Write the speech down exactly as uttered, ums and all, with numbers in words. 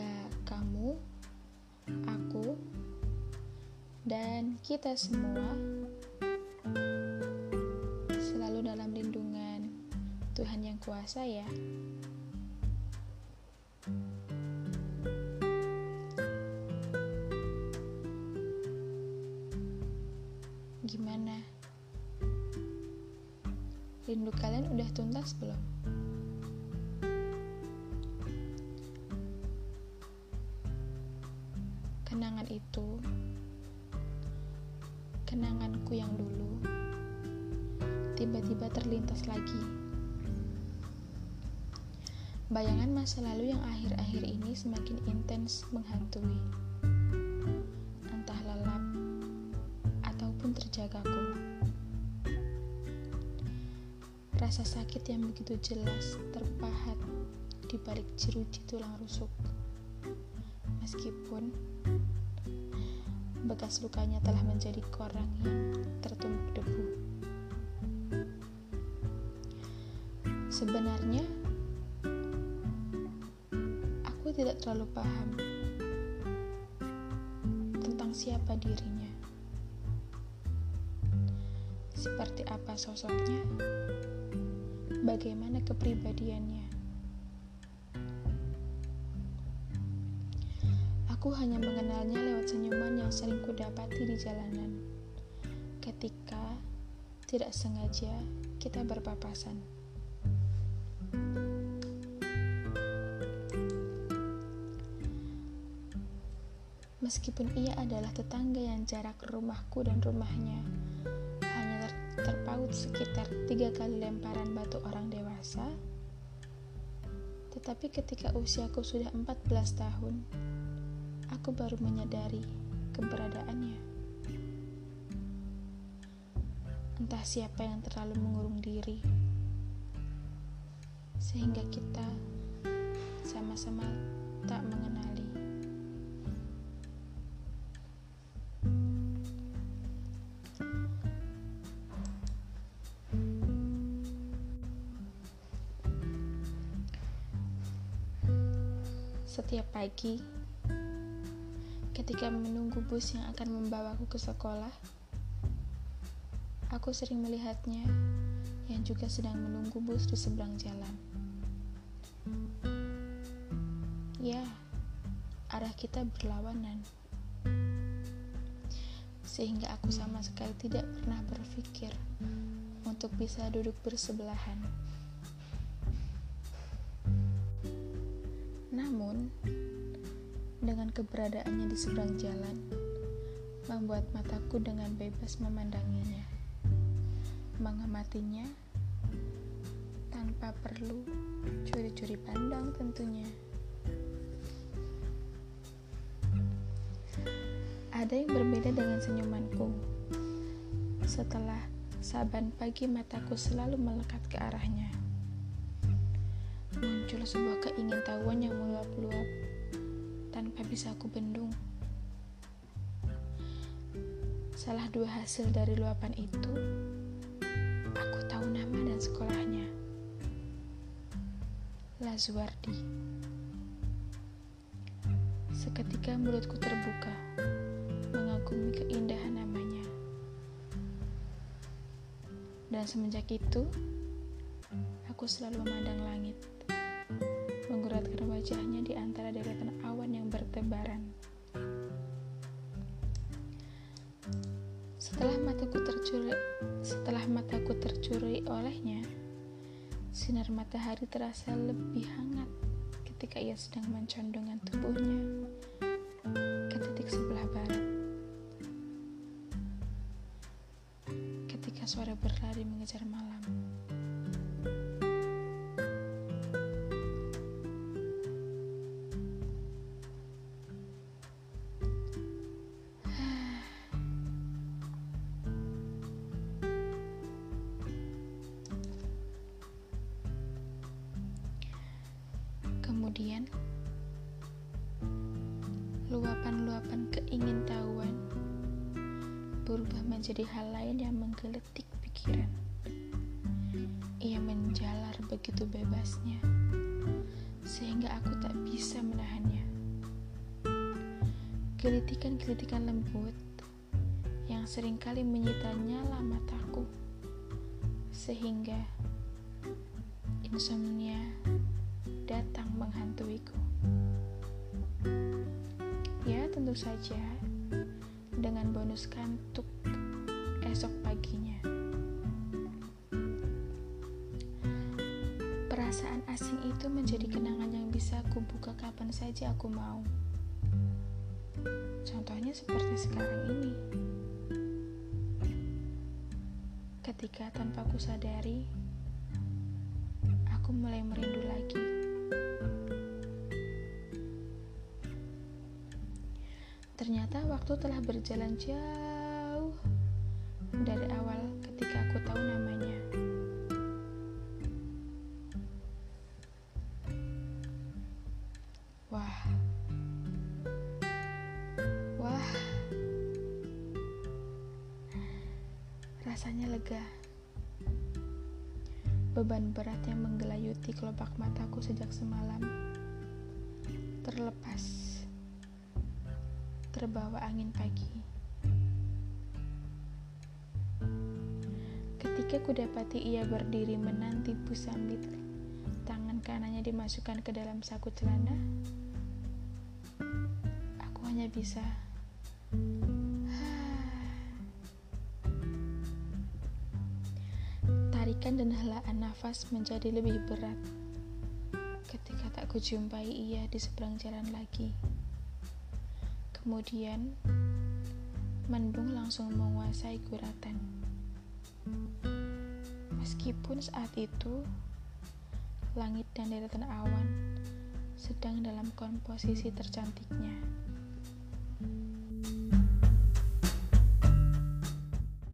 Semoga kamu, aku, dan kita semua selalu dalam lindungan Tuhan Yang Kuasa ya. Gimana? Rindu kalian udah tuntas belum? Kenangan itu, kenanganku yang dulu, tiba-tiba terlintas lagi. Bayangan masa lalu yang akhir-akhir ini semakin intens menghantui. Entah lelap ataupun terjagaku. Rasa sakit yang begitu jelas terpahat di balik jeruji tulang rusuk. Meskipun bekas lukanya telah menjadi korang yang tertumpuk debu. Sebenarnya, aku tidak terlalu paham tentang siapa dirinya. Seperti apa sosoknya, bagaimana kepribadiannya. Aku hanya mengenalnya lewat senyuman yang sering kudapati di jalanan ketika tidak sengaja kita berpapasan. Meskipun ia adalah tetangga yang jarak rumahku dan rumahnya hanya ter- terpaut sekitar tiga kali lemparan batu orang dewasa, tetapi ketika usiaku sudah empat belas tahun, aku baru menyadari keberadaannya. Entah siapa yang terlalu mengurung diri, sehingga kita sama-sama tak mengenali. Setiap pagi, ketika menunggu bus yang akan membawaku ke sekolah, aku sering melihatnya yang juga sedang menunggu bus di seberang jalan. Ya, arah kita berlawanan. Sehingga aku sama sekali tidak pernah berpikir untuk bisa duduk bersebelahan. Namun, dengan keberadaannya di seberang jalan, membuat mataku dengan bebas memandanginya, mengamatinya, tanpa perlu curi-curi pandang tentunya. Ada yang berbeda dengan senyumanku. Setelah saban pagi mataku selalu melekat ke arahnya, muncul sebuah keingintahuan yang meluap-luap tanpa bisa aku bendung. Salah dua hasil dari luapan itu, aku tahu nama dan sekolahnya. Lazuardi. Seketika mulutku terbuka, mengagumi keindahan namanya. Dan semenjak itu, aku selalu memandang langit, mengguratkan wajahnya di antara deretan awan yang bertebaran. Setelah mataku tercuri, setelah mataku tercuri olehnya, sinar matahari terasa lebih hangat ketika ia sedang mencondongkan tubuhnya ke titik sebelah barat. Ketika sore berlari mengejar malam. Kemudian, luapan-luapan keingintahuan berubah menjadi hal lain yang menggeletik pikiran. Ia menjalar begitu bebasnya, sehingga aku tak bisa menahannya. gelitikan-gelitikan lembut yang seringkali menyita nyala mataku, sehingga insomnia datang menghantuiku. Ya, tentu saja dengan bonus kantuk esok paginya. Perasaan asing itu menjadi kenangan yang bisa aku buka kapan saja aku mau. Contohnya seperti sekarang ini. Ketika tanpa ku sadari, aku mulai merindu lagi. Ternyata waktu telah berjalan jauh dari awal ketika aku tahu namanya. Wah, wah, rasanya lega. Beban berat yang menggelayuti kelopak mataku sejak semalam terlepas, terbawa angin pagi. Ketika kudapati ia berdiri menanti bus sambil tangan kanannya dimasukkan ke dalam saku celana, aku hanya bisa tarikan dan helaan nafas menjadi lebih berat ketika tak kujumpai ia di seberang jalan lagi. Kemudian mendung langsung menguasai guratan. Meskipun saat itu langit dan deretan awan sedang dalam komposisi tercantiknya.